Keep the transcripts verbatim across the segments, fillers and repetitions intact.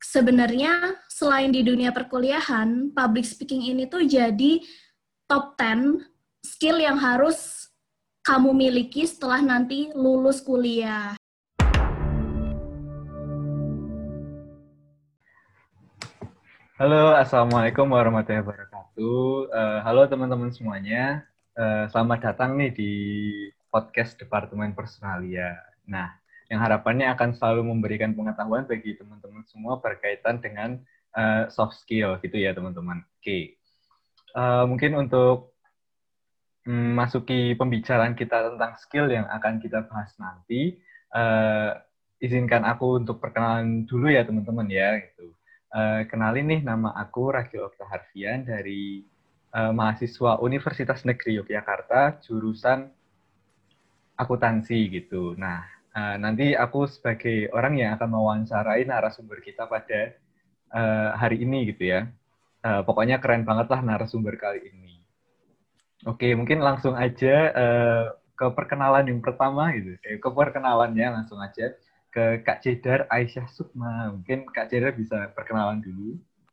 sebenarnya selain di dunia perkuliahan, public speaking ini tuh jadi top sepuluh skill yang harus kamu miliki setelah nanti lulus kuliah. Halo, Assalamualaikum warahmatullahi wabarakatuh. Uh, halo teman-teman semuanya. Uh, selamat datang nih di podcast Departemen Personalia. Nah, yang harapannya akan selalu memberikan pengetahuan bagi teman-teman semua berkaitan dengan uh, soft skill gitu ya teman-teman. Oke, okay. uh, mungkin untuk um, masuki pembicaraan kita tentang skill yang akan kita bahas nanti, uh, izinkan aku untuk perkenalan dulu ya teman-teman ya gitu. Uh, kenalin nih, nama aku Ragil Okta Harfian dari uh, mahasiswa Universitas Negeri Yogyakarta, jurusan akuntansi gitu. Nah, uh, nanti aku sebagai orang yang akan mewawancarai narasumber kita pada uh, hari ini gitu ya. Uh, pokoknya keren banget lah narasumber kali ini. Oke, mungkin langsung aja uh, ke perkenalan yang pertama gitu. Eh, ke perkenalannya langsung aja ke Kak Jedar Aisyah Sukma. Mungkin Kak Jedar bisa perkenalan dulu.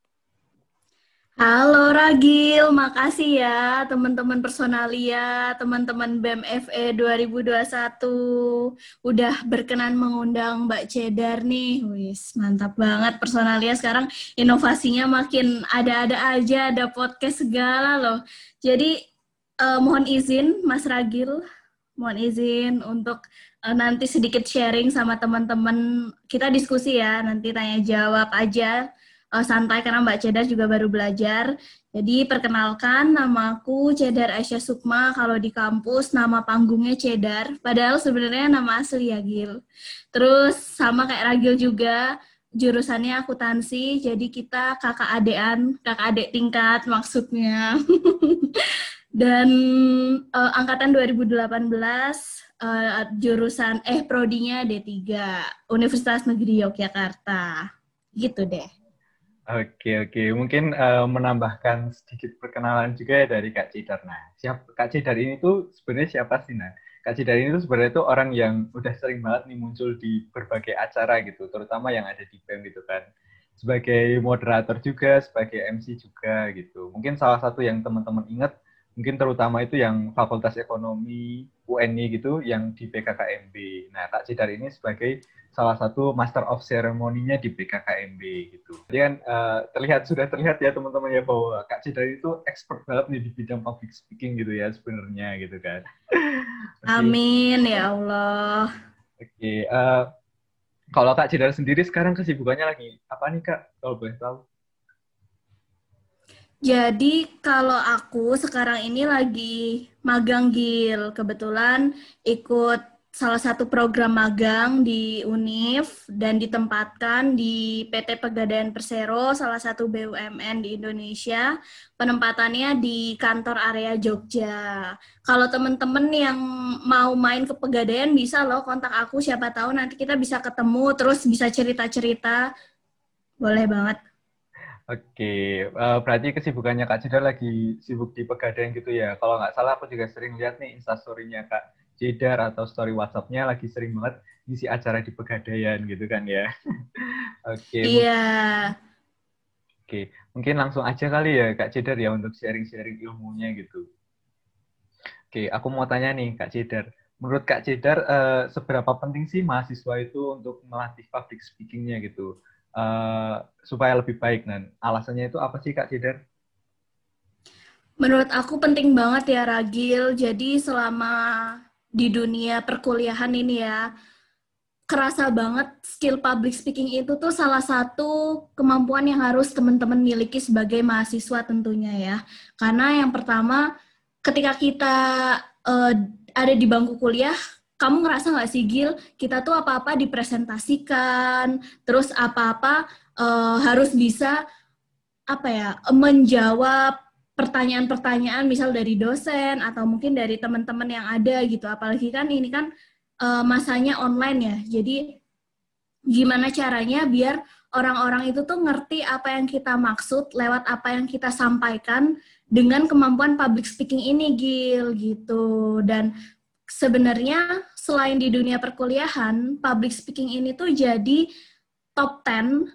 Halo Ragil, makasih ya teman-teman Personalia, teman-teman B E M F E dua ribu dua puluh satu. Udah berkenan mengundang Mbak Cedar nih. Wis, mantap banget Personalia sekarang inovasinya makin ada-ada aja, ada podcast segala loh. Jadi eh, mohon izin Mas Ragil, mohon izin untuk eh, nanti sedikit sharing sama teman-teman. Kita diskusi ya, nanti tanya jawab aja. Uh, santai karena Mbak Cedar juga baru belajar. Jadi perkenalkan, namaku Cedar Aisyah Sukma. Kalau di kampus nama panggungnya Cedar, padahal sebenarnya nama asli ya Gil. Terus sama kayak Ragil juga, jurusannya akuntansi. Jadi kita kakak adean, kakak adek tingkat maksudnya. Dan uh, angkatan dua ribu delapan belas uh, jurusan eh prodinya D tiga Universitas Negeri Yogyakarta. Gitu deh. Oke, oke. Mungkin uh, menambahkan sedikit perkenalan juga ya dari Kak Cidar. Nah, siap, Kak Cidar ini tuh sebenarnya siapa sih? Nah, Kak Cidar ini tuh sebenarnya tuh orang yang udah sering banget nih muncul di berbagai acara gitu, terutama yang ada di B E M gitu kan. Sebagai moderator juga, sebagai M C juga gitu. Mungkin salah satu yang teman-teman ingat, mungkin terutama itu yang Fakultas Ekonomi U N I gitu, yang di B K K M B. Nah, Kak Cidar ini sebagai salah satu Master of Ceremony-nya di B K K M B gitu. Jadi kan uh, terlihat sudah terlihat ya teman-teman ya bahwa Kak Cidar itu expert banget nih di bidang public speaking gitu ya sebenarnya gitu kan. Oke. Okay. Amin ya Allah. Oke, okay. uh, kalau Kak Cidar sendiri sekarang kesibukannya lagi apa nih Kak? Kalau boleh tahu. Jadi kalau aku sekarang ini lagi magang Gil, kebetulan ikut salah satu program magang di Univ dan ditempatkan di P T Pegadaian Persero, salah satu B U M N di Indonesia, penempatannya di kantor area Jogja. Kalau teman-teman yang mau main ke Pegadaian bisa loh kontak aku, siapa tahu nanti kita bisa ketemu, terus bisa cerita-cerita, boleh banget. Oke, uh, berarti kesibukannya Kak Cidar lagi sibuk di Pegadaian gitu ya. Kalau nggak salah aku juga sering lihat nih instastory-nya Kak Cidar atau story WhatsApp-nya lagi sering banget ngisi acara di Pegadaian gitu kan ya. Oke, Iya. oke, mungkin langsung aja kali ya Kak Cidar ya untuk sharing-sharing ilmunya gitu. Oke, aku mau tanya nih Kak Cidar. Menurut Kak Cidar, uh, seberapa penting sih mahasiswa itu untuk melatih public speaking-nya gitu? Uh, supaya lebih baik, dan alasannya itu apa sih Kak Cidar? Menurut aku penting banget ya Ragil. Jadi selama di dunia perkuliahan ini ya, kerasa banget skill public speaking itu tuh salah satu kemampuan yang harus teman-teman miliki sebagai mahasiswa tentunya ya. Karena yang pertama, ketika kita uh, ada di bangku kuliah, kamu ngerasa nggak sih Gil, kita tuh apa-apa dipresentasikan, terus apa-apa uh, harus bisa apa ya menjawab pertanyaan-pertanyaan misal dari dosen atau mungkin dari teman-teman yang ada gitu, apalagi kan ini kan uh, masanya online ya, jadi gimana caranya biar orang-orang itu tuh ngerti apa yang kita maksud lewat apa yang kita sampaikan dengan kemampuan public speaking ini Gil gitu. Dan sebenarnya selain di dunia perkuliahan, public speaking ini tuh jadi top sepuluh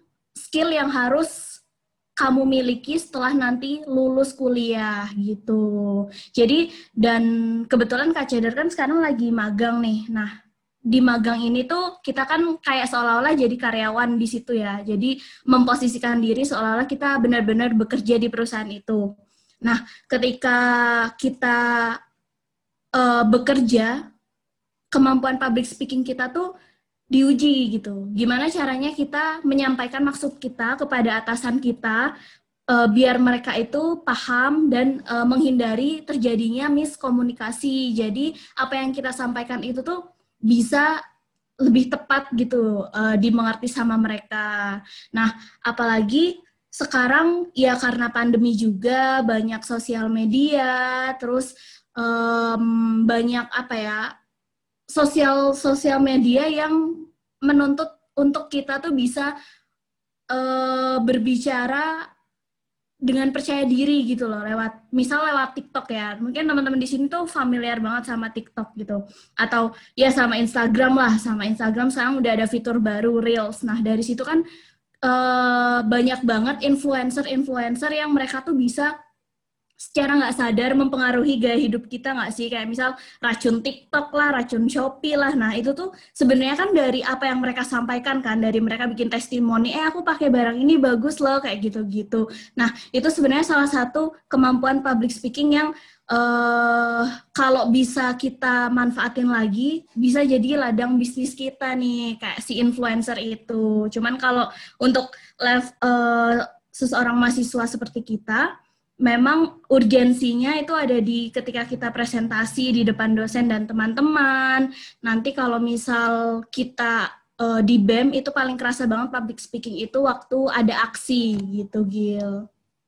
skill yang harus kamu miliki setelah nanti lulus kuliah gitu. Jadi dan kebetulan Kak Cedar kan sekarang lagi magang nih. Nah, di magang ini tuh kita kan kayak seolah-olah jadi karyawan di situ ya. Jadi memposisikan diri seolah-olah kita benar-benar bekerja di perusahaan itu. Nah, ketika kita uh, bekerja, kemampuan public speaking kita tuh diuji gitu. Gimana caranya kita menyampaikan maksud kita kepada atasan kita uh, biar mereka itu paham dan uh, menghindari terjadinya miskomunikasi. Jadi apa yang kita sampaikan itu tuh bisa lebih tepat gitu uh, dimengerti sama mereka. Nah, apalagi sekarang ya karena pandemi juga banyak sosial media, terus um, banyak apa ya sosial sosial media yang menuntut untuk kita tuh bisa uh, berbicara dengan percaya diri gitu loh, lewat misal lewat TikTok ya. Mungkin teman-teman di sini tuh familiar banget sama TikTok gitu. Atau ya sama Instagram lah, sama Instagram sekarang udah ada fitur baru Reels. Nah, dari situ kan uh, banyak banget influencer-influencer yang mereka tuh bisa secara nggak sadar mempengaruhi gaya hidup kita nggak sih? Kayak misal racun TikTok lah, racun Shopee lah. Nah, itu tuh sebenarnya kan dari apa yang mereka sampaikan kan, dari mereka bikin testimoni, eh aku pakai barang ini bagus loh, kayak gitu-gitu. Nah, itu sebenarnya salah satu kemampuan public speaking yang uh, kalau bisa kita manfaatin lagi, bisa jadi ladang bisnis kita nih, kayak si influencer itu. Cuman kalau untuk level uh, seseorang mahasiswa seperti kita, memang urgensinya itu ada di ketika kita presentasi di depan dosen dan teman-teman. Nanti kalau misal kita uh, di B E M itu paling kerasa banget public speaking itu waktu ada aksi gitu, Gil.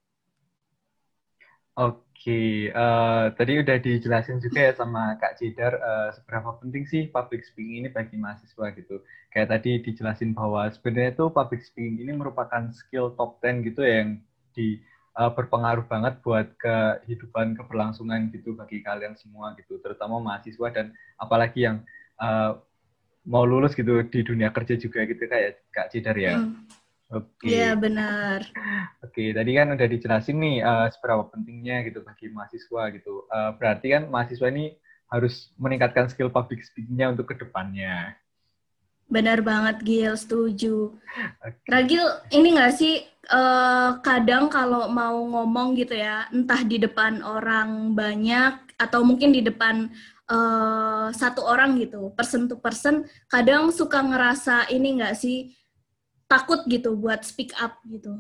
Oke, uh, tadi udah dijelasin juga ya sama Kak Cedar uh, seberapa penting sih public speaking ini bagi mahasiswa gitu. Kayak tadi dijelasin bahwa sebenarnya itu public speaking ini merupakan skill top sepuluh gitu ya, yang di Uh, berpengaruh banget buat kehidupan keberlangsungan gitu bagi kalian semua gitu, terutama mahasiswa dan apalagi yang uh, mau lulus gitu di dunia kerja juga gitu kayak Kak Cedar ya. Hmm. Oke. Iya, benar. Oke, tadi kan udah dijelasin nih uh, seberapa pentingnya gitu bagi mahasiswa gitu. Uh, berarti kan mahasiswa ini harus meningkatkan skill public speaking-nya untuk kedepannya. Benar banget, Gil, setuju. Okay. Ragil, ini nggak sih uh, kadang kalau mau ngomong gitu ya, entah di depan orang banyak atau mungkin di depan uh, satu orang gitu, person to person, kadang suka ngerasa ini nggak sih takut gitu buat speak up gitu.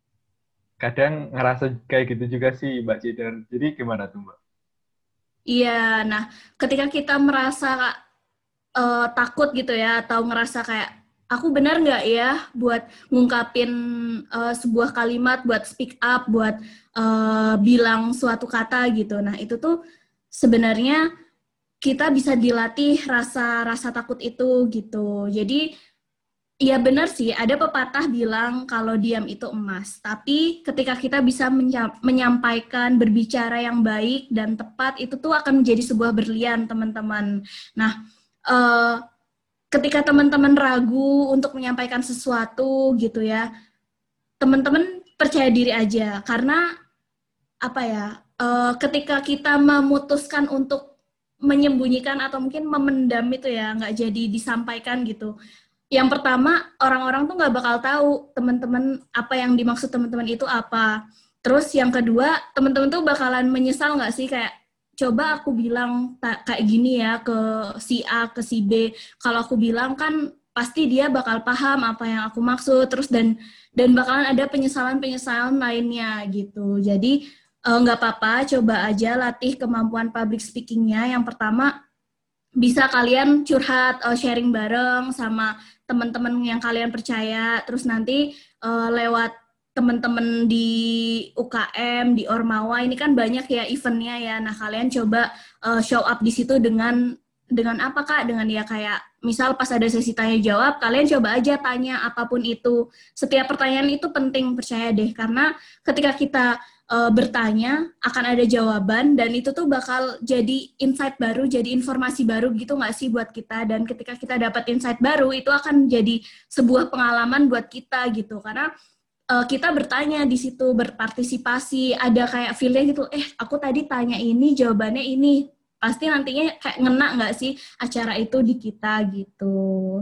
Kadang ngerasa kayak gitu juga sih Mbak Cedar. Jadi gimana tuh Mbak? Iya, nah ketika kita merasa uh, takut gitu ya, atau ngerasa kayak aku benar nggak ya buat ngungkapin uh, sebuah kalimat, buat speak up, buat uh, bilang suatu kata gitu. Nah itu tuh sebenarnya kita bisa dilatih rasa-rasa takut itu gitu. Jadi iya benar sih, ada pepatah bilang kalau diam itu emas. Tapi ketika kita bisa menyampaikan, berbicara yang baik dan tepat, itu tuh akan menjadi sebuah berlian, teman-teman. Nah, uh, ketika teman-teman ragu untuk menyampaikan sesuatu gitu ya, teman-teman percaya diri aja. Karena apa ya, uh, ketika kita memutuskan untuk menyembunyikan atau mungkin memendam itu ya, nggak jadi disampaikan gitu. Yang pertama, orang-orang tuh nggak bakal tahu teman-teman apa yang dimaksud teman-teman itu apa. Terus yang kedua, teman-teman tuh bakalan menyesal nggak sih kayak coba aku bilang kayak gini ya ke si A, ke si B. Kalau aku bilang kan pasti dia bakal paham apa yang aku maksud. Terus dan dan bakalan ada penyesalan-penyesalan lainnya gitu. Jadi nggak apa-apa, coba aja latih kemampuan public speaking-nya. Yang pertama, bisa kalian curhat, uh, sharing bareng sama teman-teman yang kalian percaya. Terus nanti uh, lewat teman-teman di U K M, di Ormawa, ini kan banyak ya eventnya ya. Nah, kalian coba uh, show up di situ dengan dengan apa Kak? Dengan ya kayak misal pas ada sesi tanya jawab, kalian coba aja tanya apapun itu. Setiap pertanyaan itu penting, percaya deh, karena ketika kita uh, bertanya akan ada jawaban dan itu tuh bakal jadi insight baru, jadi informasi baru gitu nggak sih buat kita. Dan ketika kita dapat insight baru itu akan jadi sebuah pengalaman buat kita gitu, karena uh, kita bertanya di situ, berpartisipasi, ada kayak feel-nya gitu, eh aku tadi tanya ini jawabannya ini. Pasti nantinya kayak ngena nggak sih acara itu di kita gitu.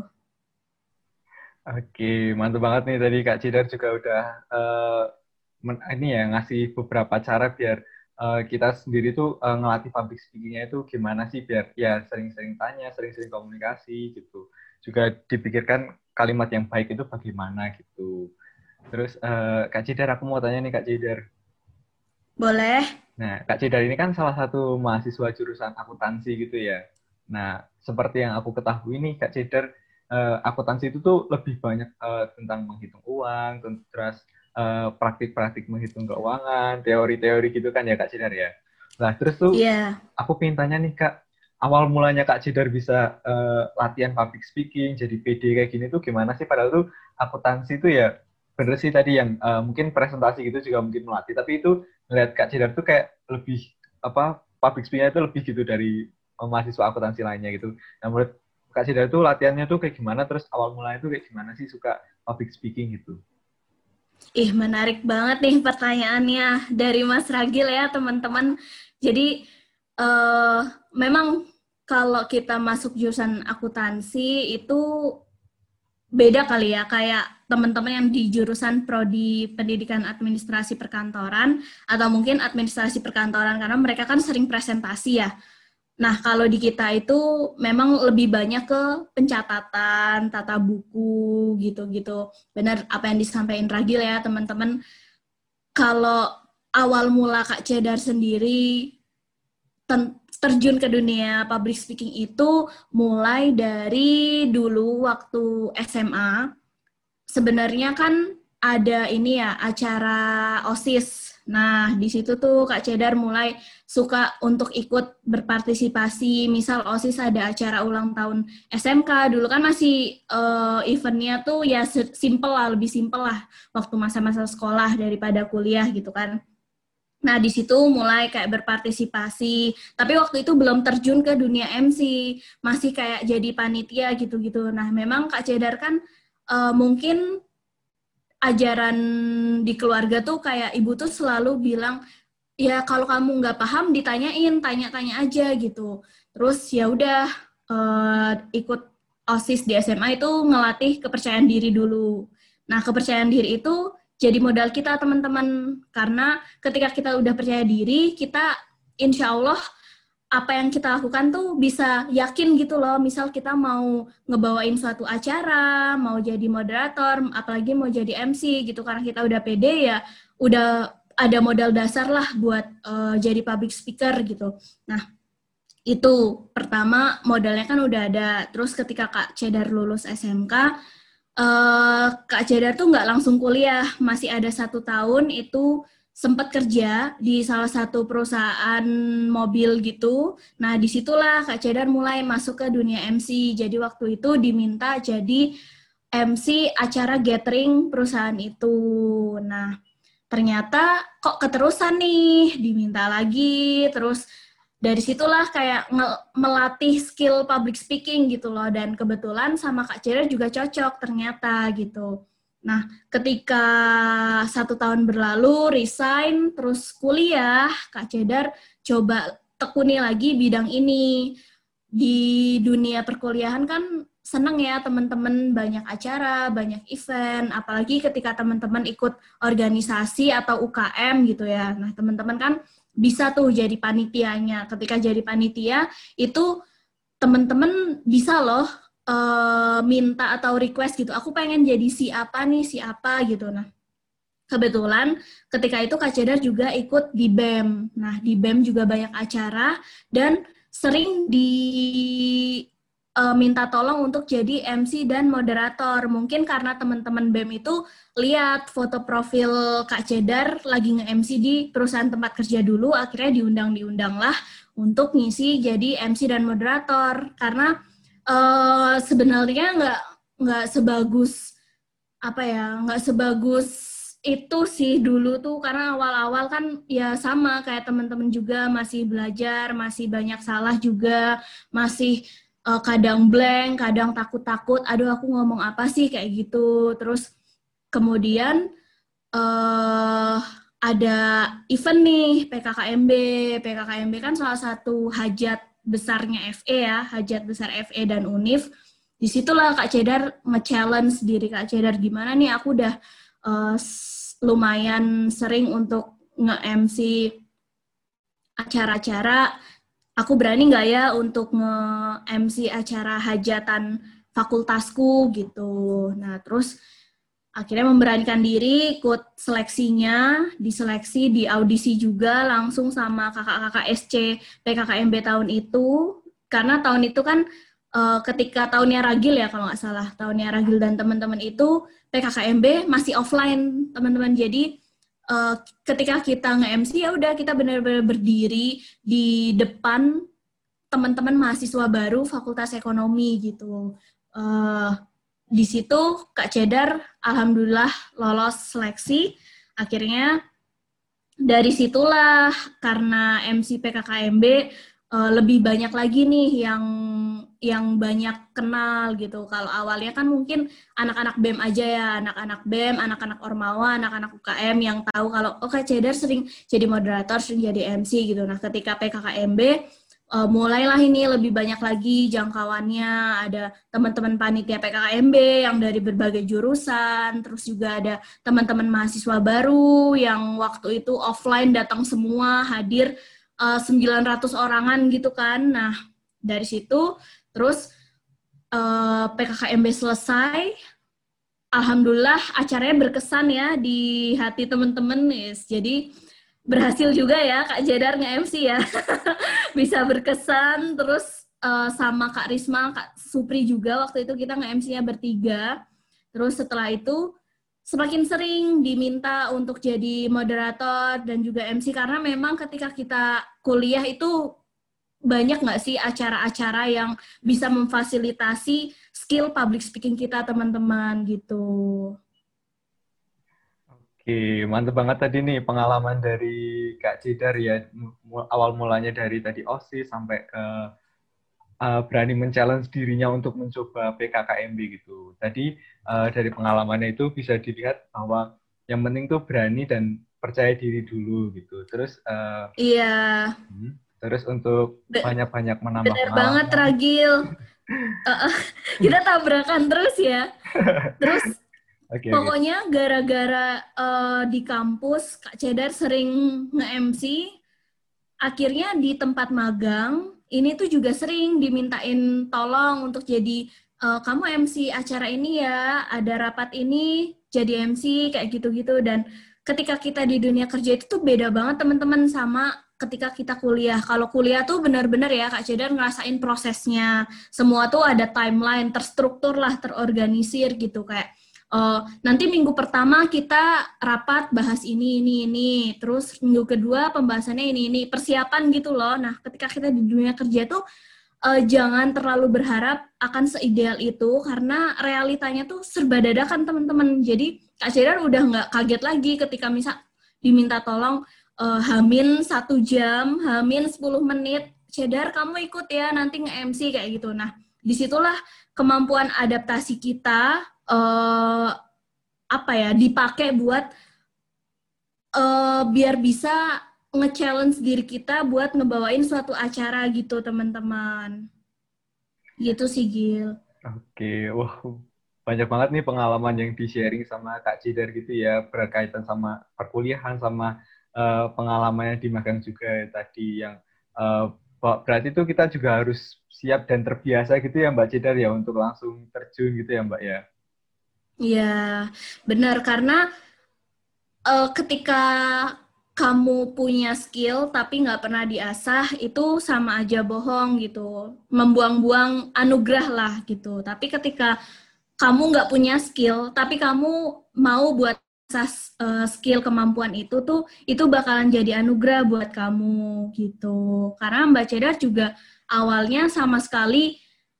Oke, mantap banget nih tadi Kak Cidar juga udah uh, men- ini ya ngasih beberapa cara biar uh, kita sendiri tuh uh, ngelatih public speaking-nya itu gimana sih biar ya sering-sering tanya, sering-sering komunikasi gitu. Juga dipikirkan kalimat yang baik itu bagaimana gitu. Terus uh, Kak Cidar, aku mau tanya nih Kak Cidar. Boleh? Nah, Kak Cidar ini kan salah satu mahasiswa jurusan akuntansi gitu ya. Nah, seperti yang aku ketahui nih, Kak Cidar, eh, akuntansi itu tuh lebih banyak eh, tentang menghitung uang, terus eh, praktik-praktik menghitung keuangan, teori-teori gitu kan ya, Kak Cidar ya. Nah, terus tuh Iya. aku pengen tanya nih, Kak, awal mulanya Kak Cidar bisa eh, latihan public speaking, jadi P D kayak gini tuh gimana sih? Padahal tuh akuntansi itu ya bener sih tadi yang eh, mungkin presentasi gitu juga mungkin melatih, tapi itu ngeliat Kak Cidar tuh kayak lebih apa public speaking itu lebih gitu dari uh, mahasiswa akuntansi lainnya gitu. Nah menurut Kak Cidar tuh latihannya tuh kayak gimana? Terus awal mulanya tuh kayak gimana sih suka public speaking gitu? Ih, menarik banget nih pertanyaannya dari Mas Ragil ya, teman-teman. Jadi, eh, memang kalau kita masuk jurusan akuntansi itu beda kali ya, kayak teman-teman yang di jurusan prodi pendidikan administrasi perkantoran atau mungkin administrasi perkantoran, karena mereka kan sering presentasi ya. Nah, kalau di kita itu memang lebih banyak ke pencatatan, tata buku, gitu-gitu. Benar apa yang disampaikan Ragil ya, teman-teman. Kalau awal mula Kak Cedar sendiri terjun ke dunia public speaking itu mulai dari dulu waktu S M A. Sebenarnya kan ada ini ya, acara OSIS. Nah, di situ tuh Kak Cedar mulai suka untuk ikut berpartisipasi. Misal OSIS ada acara ulang tahun S M K, dulu kan masih uh, eventnya tuh ya simple lah, lebih simple lah waktu masa-masa sekolah daripada kuliah gitu kan. Nah, di situ mulai kayak berpartisipasi. Tapi waktu itu belum terjun ke dunia M C, masih kayak jadi panitia gitu-gitu. Nah, memang Kak Cedar kan uh, mungkin ajaran di keluarga tuh kayak ibu tuh selalu bilang, ya kalau kamu nggak paham ditanyain, tanya-tanya aja gitu. Terus ya udah uh, ikut OSIS di S M A itu ngelatih kepercayaan diri dulu. Nah, kepercayaan diri itu jadi modal kita teman-teman, karena ketika kita udah percaya diri, kita insya Allah apa yang kita lakukan tuh bisa yakin gitu loh. Misal kita mau ngebawain suatu acara, mau jadi moderator, apalagi mau jadi M C gitu, karena kita udah pede ya, udah ada modal dasar lah buat uh, jadi public speaker gitu. Nah, itu pertama modalnya kan udah ada. Terus ketika Kak Cedar lulus S M K, uh, Kak Cedar tuh nggak langsung kuliah, masih ada satu tahun itu sempat kerja di salah satu perusahaan mobil gitu. Nah, disitulah Kak Cedar mulai masuk ke dunia M C. Jadi waktu itu diminta jadi M C acara gathering perusahaan itu. Nah, ternyata kok keterusan nih, diminta lagi, terus dari situlah kayak melatih skill public speaking gitu loh, dan kebetulan sama Kak Cedar juga cocok ternyata gitu. Nah, ketika satu tahun berlalu, resign, terus kuliah, Kak Cedar coba tekuni lagi bidang ini. Di dunia perkuliahan kan seneng ya teman-teman, banyak acara, banyak event, apalagi ketika teman-teman ikut organisasi atau U K M gitu ya. Nah, teman-teman kan bisa tuh jadi panitianya. Ketika jadi panitia, itu teman-teman bisa loh uh, minta atau request gitu, aku pengen jadi si apa nih, si apa gitu. Nah, kebetulan ketika itu Kak Cedar juga ikut di B E M. Nah, di B E M juga banyak acara dan sering diminta tolong untuk jadi M C dan moderator. Mungkin karena teman-teman B E M itu lihat foto profil Kak Cedar lagi nge-M C di perusahaan tempat kerja dulu, akhirnya diundang-diundang lah untuk ngisi jadi M C dan moderator. Karena Uh, sebenarnya nggak nggak sebagus apa ya, nggak sebagus itu sih dulu tuh, karena awal-awal kan ya sama kayak teman-teman juga masih belajar, masih banyak salah juga, masih uh, kadang blank, kadang takut-takut, aduh aku ngomong apa sih kayak gitu. Terus kemudian uh, ada event nih P K K M B. P K K M B kan salah satu hajat besarnya F E ya, hajat besar F E dan Univ. Disitulah Kak Cedar nge-challenge diri Kak Cedar, gimana nih aku udah uh, lumayan sering untuk nge-M C acara-acara, aku berani nggak ya untuk nge-M C acara hajatan fakultasku gitu. Nah terus akhirnya memberanikan diri ikut seleksinya, diseleksi, di audisi juga langsung sama kakak-kakak S C P K K M B tahun itu, karena tahun itu kan uh, ketika tahunnya Ragil ya kalau nggak salah, tahunnya Ragil dan teman-teman itu P K K M B masih offline teman-teman, jadi uh, ketika kita nge-M C ya udah kita benar-benar berdiri di depan teman-teman mahasiswa baru Fakultas Ekonomi gitu. Uh, di situ Kak Cedar alhamdulillah lolos seleksi. Akhirnya dari situlah karena M C P K K M B uh, lebih banyak lagi nih yang yang banyak kenal gitu. Kalau awalnya kan mungkin anak-anak B E M aja ya, anak-anak B E M, anak-anak Ormawa, anak-anak U K M yang tahu kalau oh Kak Cedar sering jadi moderator, sering jadi M C gitu. Nah, ketika P K K M B uh, mulailah ini lebih banyak lagi jangkauannya, ada teman-teman panitia P K K M B yang dari berbagai jurusan, terus juga ada teman-teman mahasiswa baru yang waktu itu offline datang semua, hadir uh, sembilan ratus orangan gitu kan. Nah, dari situ terus uh, P K K M B selesai, alhamdulillah acaranya berkesan ya di hati teman-teman nih. Jadi berhasil juga ya Kak Jedar nge-M C ya. Bisa berkesan, terus uh, sama Kak Risma, Kak Supri juga waktu itu kita nge-M C-nya bertiga. Terus setelah itu semakin sering diminta untuk jadi moderator dan juga M C, karena memang ketika kita kuliah itu banyak nggak sih acara-acara yang bisa memfasilitasi skill public speaking kita teman-teman gitu. Oke, mantep banget tadi nih pengalaman dari Kak Cidar ya, awal mulanya dari tadi OSIS sampai ke uh, berani men-challenge dirinya untuk mencoba P K K M B gitu. Tadi uh, dari pengalamannya itu bisa dilihat bahwa yang penting tuh berani dan percaya diri dulu gitu. Terus uh, Iya. terus untuk banyak-banyak menambah Bener banget pengalaman. Ragil. Uh, uh, kita tabrakan terus ya. Terus Oke, oke. pokoknya gara-gara uh, di kampus Kak Cedar sering nge-M C, akhirnya di tempat magang ini tuh juga sering dimintain tolong untuk jadi uh, kamu M C acara ini ya, ada rapat ini jadi M C kayak gitu-gitu. Dan ketika kita di dunia kerja itu tuh beda banget teman-teman sama ketika kita kuliah. Kalau kuliah tuh benar-benar ya Kak Cedar ngerasain prosesnya, semua tuh ada timeline, terstruktur lah, terorganisir gitu, kayak Uh, nanti minggu pertama kita rapat bahas ini, ini, ini. Terus minggu kedua pembahasannya ini, ini. Persiapan gitu loh. Nah, ketika kita di dunia kerja tuh uh, jangan terlalu berharap akan seideal itu, karena realitanya tuh serba dadakan teman-teman. Jadi Kak Cedar udah nggak kaget lagi ketika misal diminta tolong uh, hamin satu jam, hamin sepuluh menit. Cedar kamu ikut ya nanti nge-M C kayak gitu. Nah, disitulah kemampuan adaptasi kita uh, apa ya dipakai buat uh, biar bisa nge-challenge diri kita buat ngebawain suatu acara gitu teman-teman. Gitu sih Gil. Oke, wah banyak banget nih pengalaman yang di-sharing sama Kak Cidar gitu ya, berkaitan sama perkuliahan, sama uh, pengalamannya di magang juga ya, tadi yang uh, berarti itu kita juga harus siap dan terbiasa gitu ya Mbak Cidar ya, untuk langsung terjun gitu ya Mbak ya. Iya, benar, karena uh, ketika kamu punya skill tapi nggak pernah diasah, itu sama aja bohong gitu, membuang-buang anugerah lah gitu. Tapi ketika kamu nggak punya skill tapi kamu mau buat asah uh, skill kemampuan itu tuh, itu bakalan jadi anugerah buat kamu gitu. Karena Mbak Cedar juga awalnya sama sekali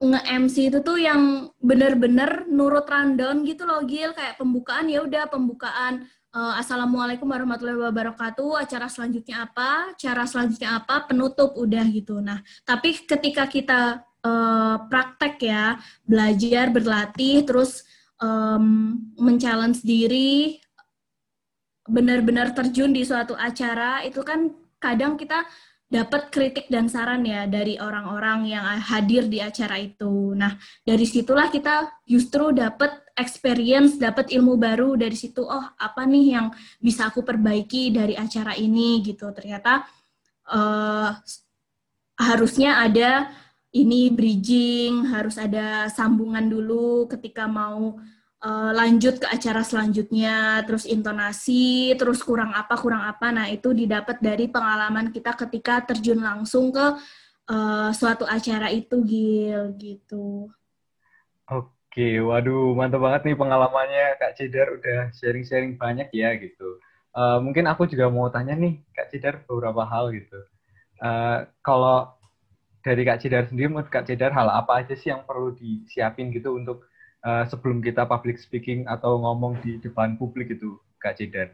nge-M C itu tuh yang bener-bener nurut rundown gitu loh, Gil. Kayak pembukaan ya udah pembukaan uh, Assalamualaikum warahmatullahi wabarakatuh, acara selanjutnya apa, cara selanjutnya apa, penutup udah gitu. Nah, tapi ketika kita uh, praktek ya, belajar, berlatih, terus um, men-challenge diri, benar-benar terjun di suatu acara, itu kan kadang kita dapat kritik dan saran ya dari orang-orang yang hadir di acara itu. Nah, dari situlah kita justru dapat experience, dapat ilmu baru dari situ. Oh, apa nih yang bisa aku perbaiki dari acara ini gitu. Ternyata uh, harusnya ada ini bridging, harus ada sambungan dulu ketika mau uh, lanjut ke acara selanjutnya, terus intonasi, terus kurang apa, kurang apa. Nah, itu didapat dari pengalaman kita ketika terjun langsung ke uh, suatu acara itu, Gil, gitu. Oke, waduh, mantap banget nih pengalamannya Kak Cidar udah sharing-sharing banyak ya gitu. Eh, mungkin aku juga mau tanya nih Kak Cidar beberapa hal gitu. Eh, kalau dari Kak Cidar sendiri, menurut Kak Cidar hal apa aja sih yang perlu disiapin gitu untuk eh, sebelum kita public speaking atau ngomong di depan publik itu, Kak Cidar?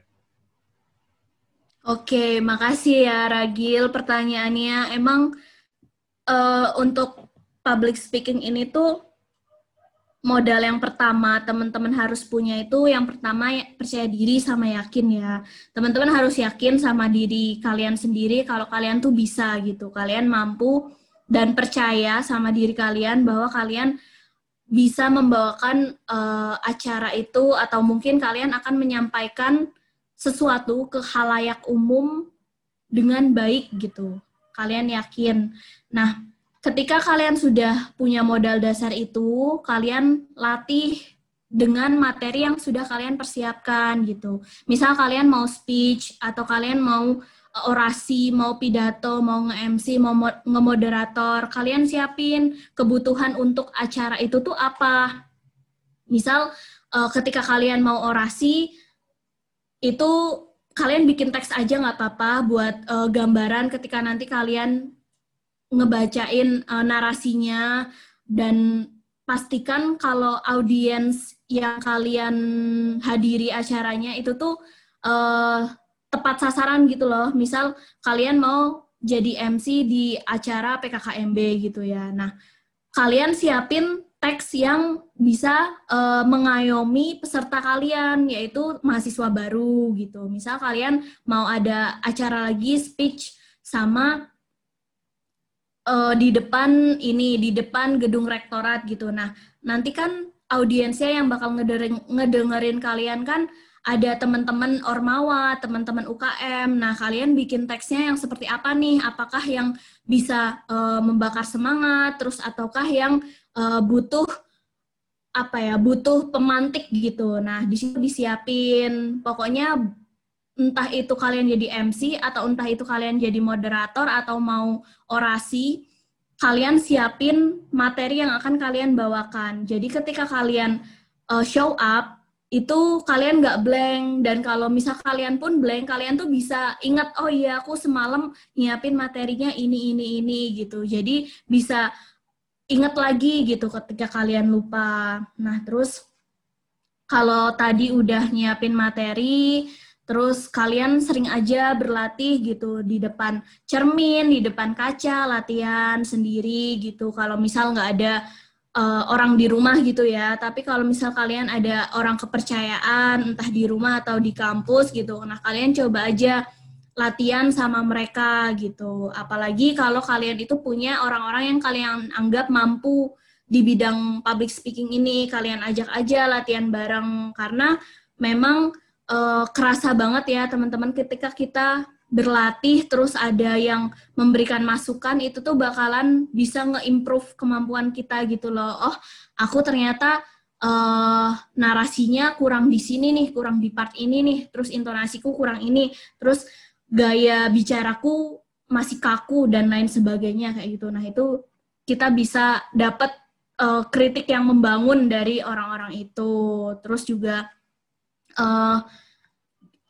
Oke, makasih ya Ragil pertanyaannya. Emang uh, untuk public speaking ini tuh modal yang pertama teman-teman harus punya itu yang pertama percaya diri sama yakin ya. Teman-teman harus yakin sama diri kalian sendiri kalau kalian tuh bisa gitu. Kalian mampu dan percaya sama diri kalian bahwa kalian bisa membawakan uh, acara itu atau mungkin kalian akan menyampaikan sesuatu ke khalayak umum dengan baik gitu. Kalian yakin. Nah, ketika kalian sudah punya modal dasar itu, kalian latih dengan materi yang sudah kalian persiapkan gitu. Misal kalian mau speech atau kalian mau orasi, mau pidato, mau nge-M C, mau nge-moderator, kalian siapin kebutuhan untuk acara itu tuh apa. Misal ketika kalian mau orasi, itu kalian bikin teks aja nggak apa-apa buat uh, gambaran ketika nanti kalian ngebacain uh, narasinya dan pastikan kalau audiens yang kalian hadiri acaranya itu tuh uh, tepat sasaran gitu loh. Misal kalian mau jadi M C di acara P K K M B gitu ya. Nah, kalian siapin teks yang bisa uh, mengayomi peserta kalian, yaitu mahasiswa baru gitu. Misal kalian mau ada acara lagi speech sama uh, di depan ini, di depan gedung rektorat gitu. Nah, nanti kan audiensnya yang bakal ngedengerin, ngedengerin kalian kan ada teman-teman Ormawa, teman-teman U K M. Nah, kalian bikin teksnya yang seperti apa nih? Apakah yang bisa uh, membakar semangat, terus ataukah yang uh, butuh apa ya, butuh pemantik gitu. Nah, di situ disiapin. Pokoknya entah itu kalian jadi M C atau entah itu kalian jadi moderator atau mau orasi, kalian siapin materi yang akan kalian bawakan. Jadi ketika kalian uh, show up, itu kalian nggak blank, dan kalau misal kalian pun blank, kalian tuh bisa ingat, oh iya aku semalam nyiapin materinya ini, ini, ini gitu. Jadi bisa ingat lagi gitu ketika kalian lupa. Nah terus kalau tadi udah nyiapin materi, terus kalian sering aja berlatih gitu di depan cermin, di depan kaca, latihan sendiri gitu. Kalau misal nggak ada uh, orang di rumah gitu ya, tapi kalau misal kalian ada orang kepercayaan, entah di rumah atau di kampus gitu, nah kalian coba aja latihan sama mereka gitu. Apalagi kalau kalian itu punya orang-orang yang kalian anggap mampu di bidang public speaking ini, kalian ajak aja latihan bareng, karena memang uh, kerasa banget ya teman-teman ketika kita berlatih terus ada yang memberikan masukan, itu tuh bakalan bisa nge-improve kemampuan kita gitu loh. Oh, aku ternyata uh, narasinya kurang di sini nih, kurang di part ini nih, terus intonasiku kurang ini, terus gaya bicaraku masih kaku dan lain sebagainya kayak gitu. Nah, itu kita bisa dapat uh, kritik yang membangun dari orang-orang itu. Terus juga uh,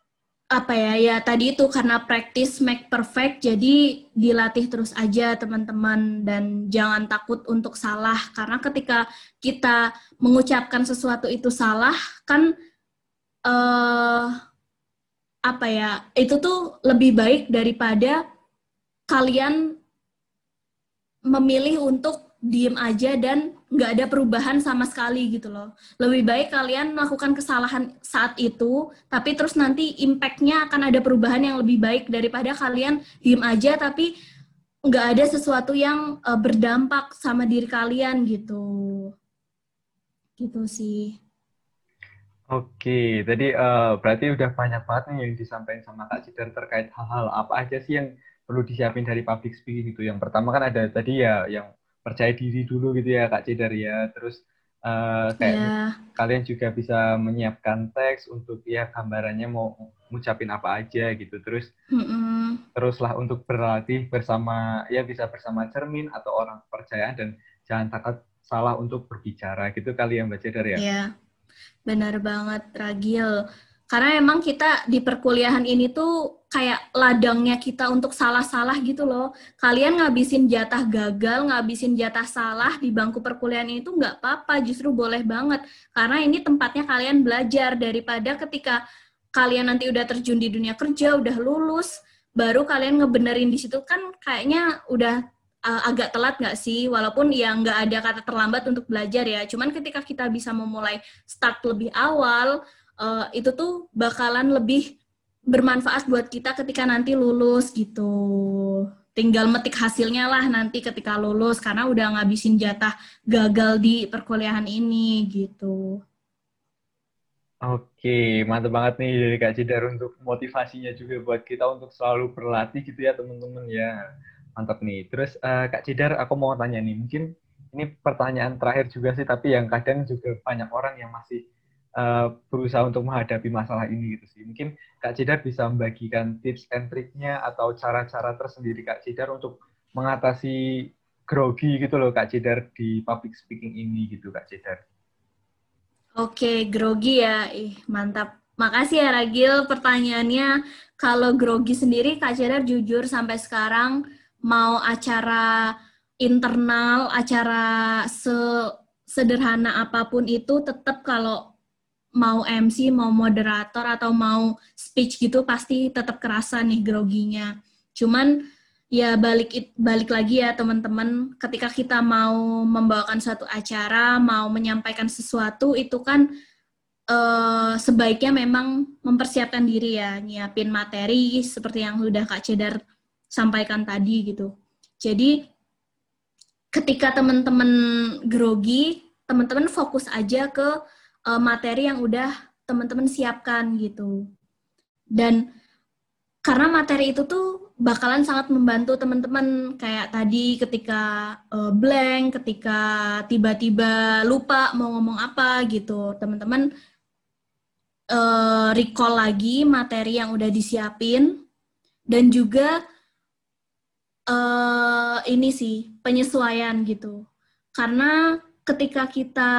apa ya, ya tadi itu karena practice make perfect, jadi dilatih terus aja teman-teman dan jangan takut untuk salah, karena ketika kita mengucapkan sesuatu itu salah kan eh, apa ya, itu tuh lebih baik daripada kalian memilih untuk diem aja dan nggak ada perubahan sama sekali gitu loh. Lebih baik kalian melakukan kesalahan saat itu, tapi terus nanti impact-nya akan ada perubahan yang lebih baik daripada kalian diem aja tapi nggak ada sesuatu yang uh, berdampak sama diri kalian gitu. Gitu sih. Oke, tadi eh, berarti udah banyak banget nih yang disampaikan sama Kak Cidar terkait hal-hal apa aja sih yang perlu disiapin dari public speaking gitu. Yang pertama kan ada tadi ya yang percaya diri dulu gitu ya Kak Cidar ya. Terus eh, kayak mis- Ya, kalian juga bisa menyiapkan teks untuk ya gambarannya mau ngucapin apa aja gitu. Terus mm-mm. teruslah untuk berlatih bersama ya bisa bersama cermin atau orang kepercayaan dan jangan takut salah untuk berbicara gitu kali ya Mbak Cidar ya. Ya. Benar banget, Ragil. Karena emang kita di perkuliahan ini tuh kayak ladangnya kita untuk salah-salah gitu loh. Kalian ngabisin jatah gagal, ngabisin jatah salah di bangku perkuliahan ini tuh nggak apa-apa, justru boleh banget. Karena ini tempatnya kalian belajar daripada ketika kalian nanti udah terjun di dunia kerja, udah lulus, baru kalian ngebenerin di situ kan kayaknya udah uh, agak telat nggak sih? Walaupun ya nggak ada kata terlambat untuk belajar ya. Cuman ketika kita bisa memulai start lebih awal, uh, itu tuh bakalan lebih bermanfaat buat kita ketika nanti lulus gitu. Tinggal metik hasilnya lah nanti ketika lulus, karena udah ngabisin jatah gagal di perkuliahan ini gitu. Oke, mantap banget nih dari Kak Cidar untuk motivasinya juga buat kita untuk selalu berlatih gitu ya teman-teman ya. Mantap nih. Terus eh, Kak Cidar, aku mau tanya nih, mungkin ini pertanyaan terakhir juga sih, tapi yang kadang juga banyak orang yang masih eh, berusaha untuk menghadapi masalah ini gitu sih. Mungkin Kak Cidar bisa membagikan tips and triknya atau cara-cara tersendiri Kak Cidar untuk mengatasi grogi gitu loh Kak Cidar di public speaking ini gitu Kak Cidar. Oke, grogi ya. Ih, mantap. Makasih ya Ragil pertanyaannya. Kalau grogi sendiri, Kak Cedar jujur sampai sekarang mau acara internal, acara sederhana apapun itu, tetap kalau mau M C, mau moderator, atau mau speech gitu, pasti tetap kerasa nih groginya. Cuman ya balik balik lagi ya teman-teman, ketika kita mau membawakan suatu acara, mau menyampaikan sesuatu itu kan eh, sebaiknya memang mempersiapkan diri ya, nyiapin materi seperti yang sudah Kak Cedar sampaikan tadi gitu. Jadi ketika teman-teman grogi, teman-teman fokus aja ke eh, materi yang udah teman-teman siapkan gitu. Dan karena materi itu tuh bakalan sangat membantu teman-teman kayak tadi ketika uh, blank, ketika tiba-tiba lupa mau ngomong apa gitu, teman-teman uh, recall lagi materi yang udah disiapin dan juga uh, ini sih penyesuaian gitu. Karena ketika kita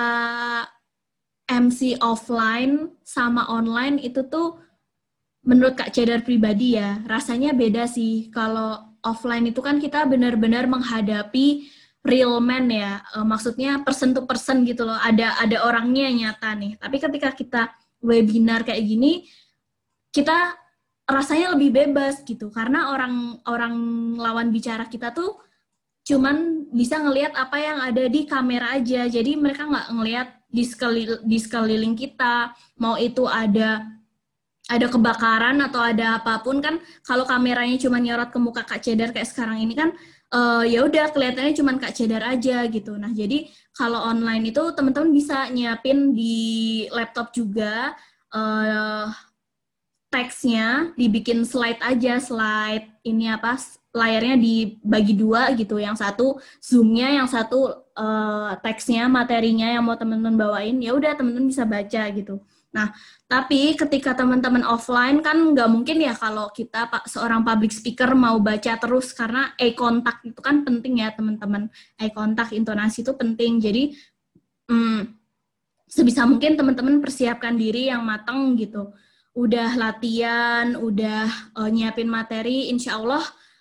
M C offline sama online itu tuh menurut Kak Cedar pribadi ya, rasanya beda sih. Kalau offline itu kan kita benar-benar menghadapi real man ya, e, maksudnya person to person gitu loh. Ada ada orangnya yang nyata nih. Tapi ketika kita webinar kayak gini, kita rasanya lebih bebas gitu, karena orang orang lawan bicara kita tuh cuman bisa ngelihat apa yang ada di kamera aja. Jadi mereka nggak ngelihat di sekeliling, di sekeliling kita, mau itu ada ada kebakaran atau ada apapun kan, kalau kameranya cuma nyorot ke muka Kak Cedar kayak sekarang ini kan uh, ya udah kelihatannya cuma Kak Cedar aja gitu. Nah, jadi kalau online itu teman-teman bisa nyiapin di laptop juga uh, teksnya, dibikin slide aja, slide ini apa, layarnya dibagi dua gitu, yang satu zoomnya, yang satu uh, teksnya, materinya yang mau teman-teman bawain, ya udah teman-teman bisa baca gitu. Nah, tapi ketika teman-teman offline kan nggak mungkin ya kalau kita seorang public speaker mau baca terus, karena eye contact itu kan penting ya teman-teman, eye contact, intonasi itu penting. Jadi hmm, sebisa mungkin teman-teman persiapkan diri yang matang gitu udah latihan, udah uh, nyiapin materi, insya Allah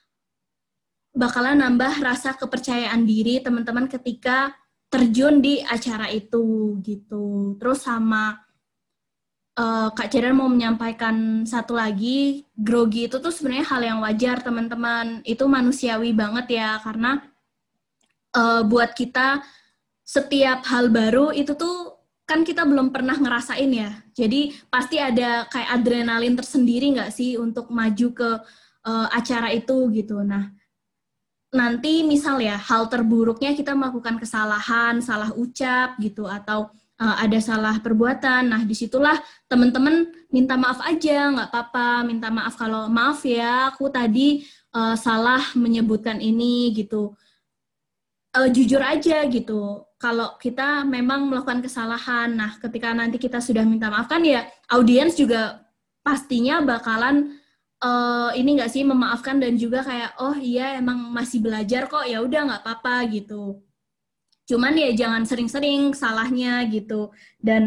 bakalan nambah rasa kepercayaan diri teman-teman ketika terjun di acara itu gitu. Terus sama uh, Kak Ceren mau menyampaikan satu lagi, grogi itu tuh sebenarnya hal yang wajar teman-teman. Itu manusiawi banget ya, karena uh, buat kita setiap hal baru itu tuh kan kita belum pernah ngerasain ya. Jadi pasti ada kayak adrenalin tersendiri nggak sih untuk maju ke uh, acara itu gitu. Nah, nanti misal ya hal terburuknya kita melakukan kesalahan, salah ucap gitu, atau uh, ada salah perbuatan. Nah, disitulah teman-teman minta maaf aja, nggak apa-apa. Minta maaf kalau maaf ya, aku tadi uh, salah menyebutkan ini gitu. Uh, jujur aja gitu. Kalau kita memang melakukan kesalahan, nah ketika nanti kita sudah minta maaf kan ya, audiens juga pastinya bakalan uh, ini nggak sih memaafkan dan juga kayak oh iya emang masih belajar kok, ya udah nggak apa-apa gitu. Cuman ya jangan sering-sering salahnya gitu. Dan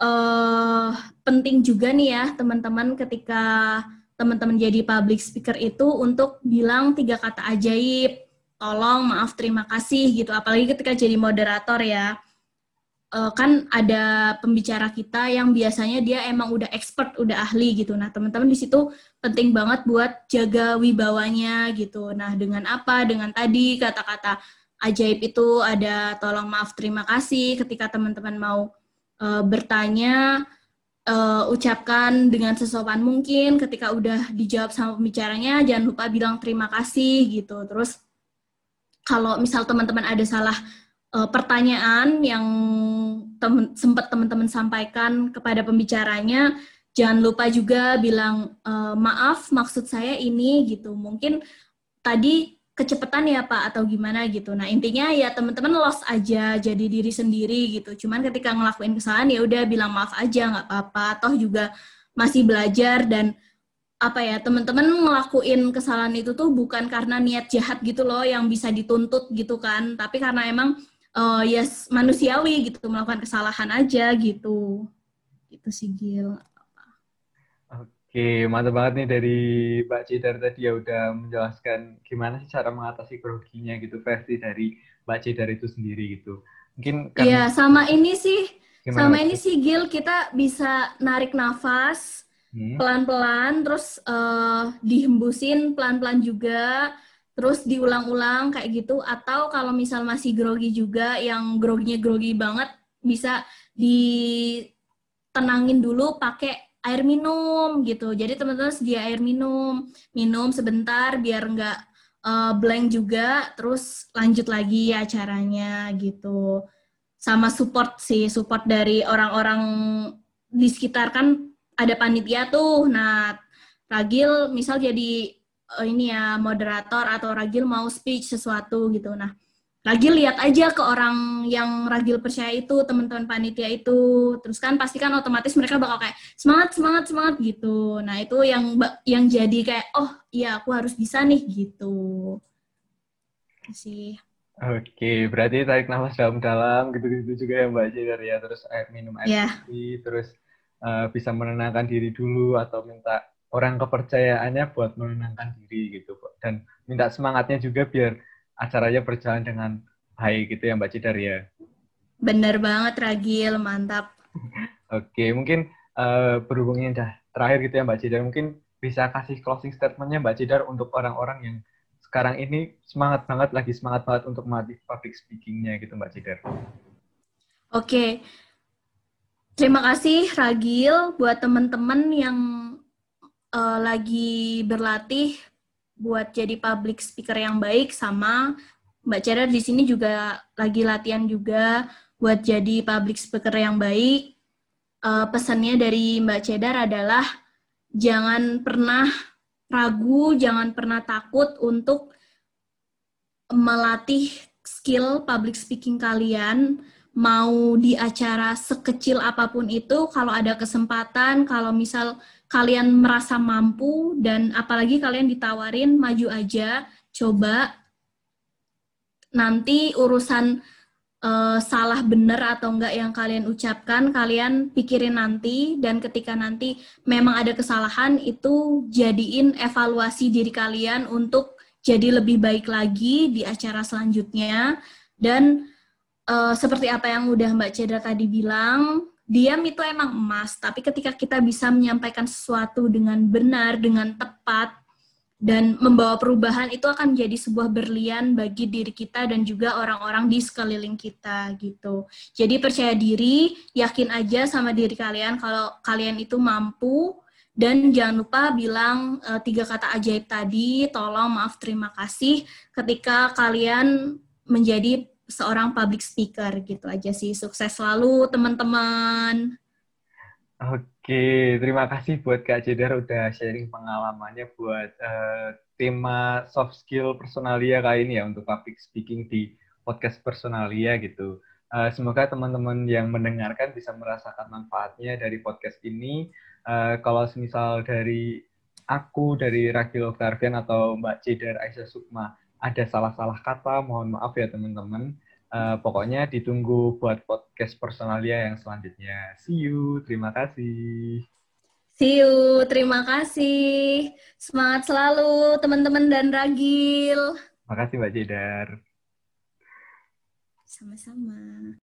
uh, penting juga nih ya teman-teman ketika teman-teman jadi public speaker itu untuk bilang tiga kata ajaib, tolong, maaf, terima kasih gitu. Apalagi ketika jadi moderator ya. Uh, kan ada pembicara kita yang biasanya dia emang udah expert, udah ahli gitu. Nah, teman-teman di situ penting banget buat jaga wibawanya gitu. Nah, dengan apa? Dengan tadi kata-kata ajaib itu ada tolong, maaf, terima kasih. Ketika teman-teman mau uh, bertanya, uh, ucapkan dengan sesopan mungkin. Ketika udah dijawab sama pembicaranya, jangan lupa bilang terima kasih gitu. Terus kalau misal teman-teman ada salah uh, pertanyaan yang tem sempat teman-teman sampaikan kepada pembicaranya, jangan lupa juga bilang e, maaf maksud saya ini gitu. Mungkin tadi kecepatan ya Pak atau gimana gitu. Nah, intinya ya teman-teman lost aja, jadi diri sendiri gitu. Cuman ketika ngelakuin kesalahan ya udah bilang maaf aja, nggak apa-apa. Toh juga masih belajar dan apa ya, teman-teman ngelakuin kesalahan itu tuh bukan karena niat jahat gitu loh yang bisa dituntut gitu kan, tapi karena emang uh, yes manusiawi gitu melakukan kesalahan aja gitu. Itu sih Gil. Oke, mantap banget nih dari Mbak Cidar tadi ya udah menjelaskan gimana sih cara mengatasi groginya gitu versi dari Mbak Cidar itu sendiri gitu. Mungkin kan Iya, sama ini sih, gimana sama Mbak ini Cidar? sih Gil, kita bisa narik nafas Hmm? pelan-pelan, terus uh, dihembusin pelan-pelan juga, terus diulang-ulang kayak gitu. Atau kalau misal masih grogi juga, yang groginya grogi banget, bisa ditenangin dulu pakai air minum gitu. Jadi teman-teman sedia air minum, minum sebentar biar nggak uh, blank juga, terus lanjut lagi acaranya gitu. Sama support sih, support dari orang-orang di sekitar kan ada panitia tuh. Nah, Ragil misal jadi uh, ini ya moderator atau Ragil mau speech sesuatu gitu. Nah, Ragil lihat aja ke orang yang Ragil percaya itu, teman-teman panitia itu. Terus kan pasti kan otomatis mereka bakal kayak semangat, semangat, semangat gitu. Nah, itu yang yang jadi kayak oh iya aku harus bisa nih gitu. Itu sih. Oke, berarti tarik nafas dalam-dalam gitu-gitu juga ya Mbak Cidar ya. Terus air minum air Ya, putih, terus uh, bisa menenangkan diri dulu atau minta orang kepercayaannya buat menenangkan diri gitu. Dan minta semangatnya juga biar acaranya berjalan dengan baik gitu ya Mbak Cidar ya. bener banget Ragil, mantap. Oke, mungkin uh, berhubungnya udah terakhir gitu ya Mbak Cidar, mungkin bisa kasih closing statementnya Mbak Cidar untuk orang-orang yang sekarang ini semangat banget, lagi semangat banget untuk melatih public speaking-nya gitu Mbak Cidar. Oke, terima kasih Ragil buat teman-teman yang uh, lagi berlatih buat jadi public speaker yang baik, sama Mbak Cera di sini juga lagi latihan juga buat jadi public speaker yang baik. Uh, pesannya dari Mbak Cedar adalah jangan pernah ragu, jangan pernah takut untuk melatih skill public speaking kalian, mau di acara sekecil apapun itu, kalau ada kesempatan, kalau misal kalian merasa mampu, dan apalagi kalian ditawarin, maju aja, coba. Nanti urusan eh, salah benar atau enggak yang kalian ucapkan, kalian pikirin nanti, dan ketika nanti memang ada kesalahan, itu jadiin evaluasi diri kalian untuk jadi lebih baik lagi di acara selanjutnya. Dan eh, seperti apa yang udah Mbak Cedra tadi bilang, diam itu emang emas, tapi ketika kita bisa menyampaikan sesuatu dengan benar, dengan tepat, dan membawa perubahan, itu akan menjadi sebuah berlian bagi diri kita dan juga orang-orang di sekeliling kita gitu. Jadi percaya diri, yakin aja sama diri kalian kalau kalian itu mampu, dan jangan lupa bilang uh, tiga kata ajaib tadi, tolong, maaf, terima kasih, ketika kalian menjadi seorang public speaker gitu aja sih. Sukses selalu teman-teman. Oke, terima kasih buat Kak Jedar udah sharing pengalamannya buat eh, tema soft skill personalia kali ini ya untuk public speaking di podcast personalia gitu. Eh, semoga teman-teman yang mendengarkan bisa merasakan manfaatnya dari podcast ini. Eh, kalau semisal dari aku, dari Ragil Oktavian atau Mbak Jedar Aisyah Sukma ada salah-salah kata, mohon maaf ya teman-teman. Uh, pokoknya ditunggu buat podcast personalia yang selanjutnya. See you, terima kasih. See you, terima kasih. Semangat selalu teman-teman dan Ragil. Makasih Mbak Jedar. Sama-sama.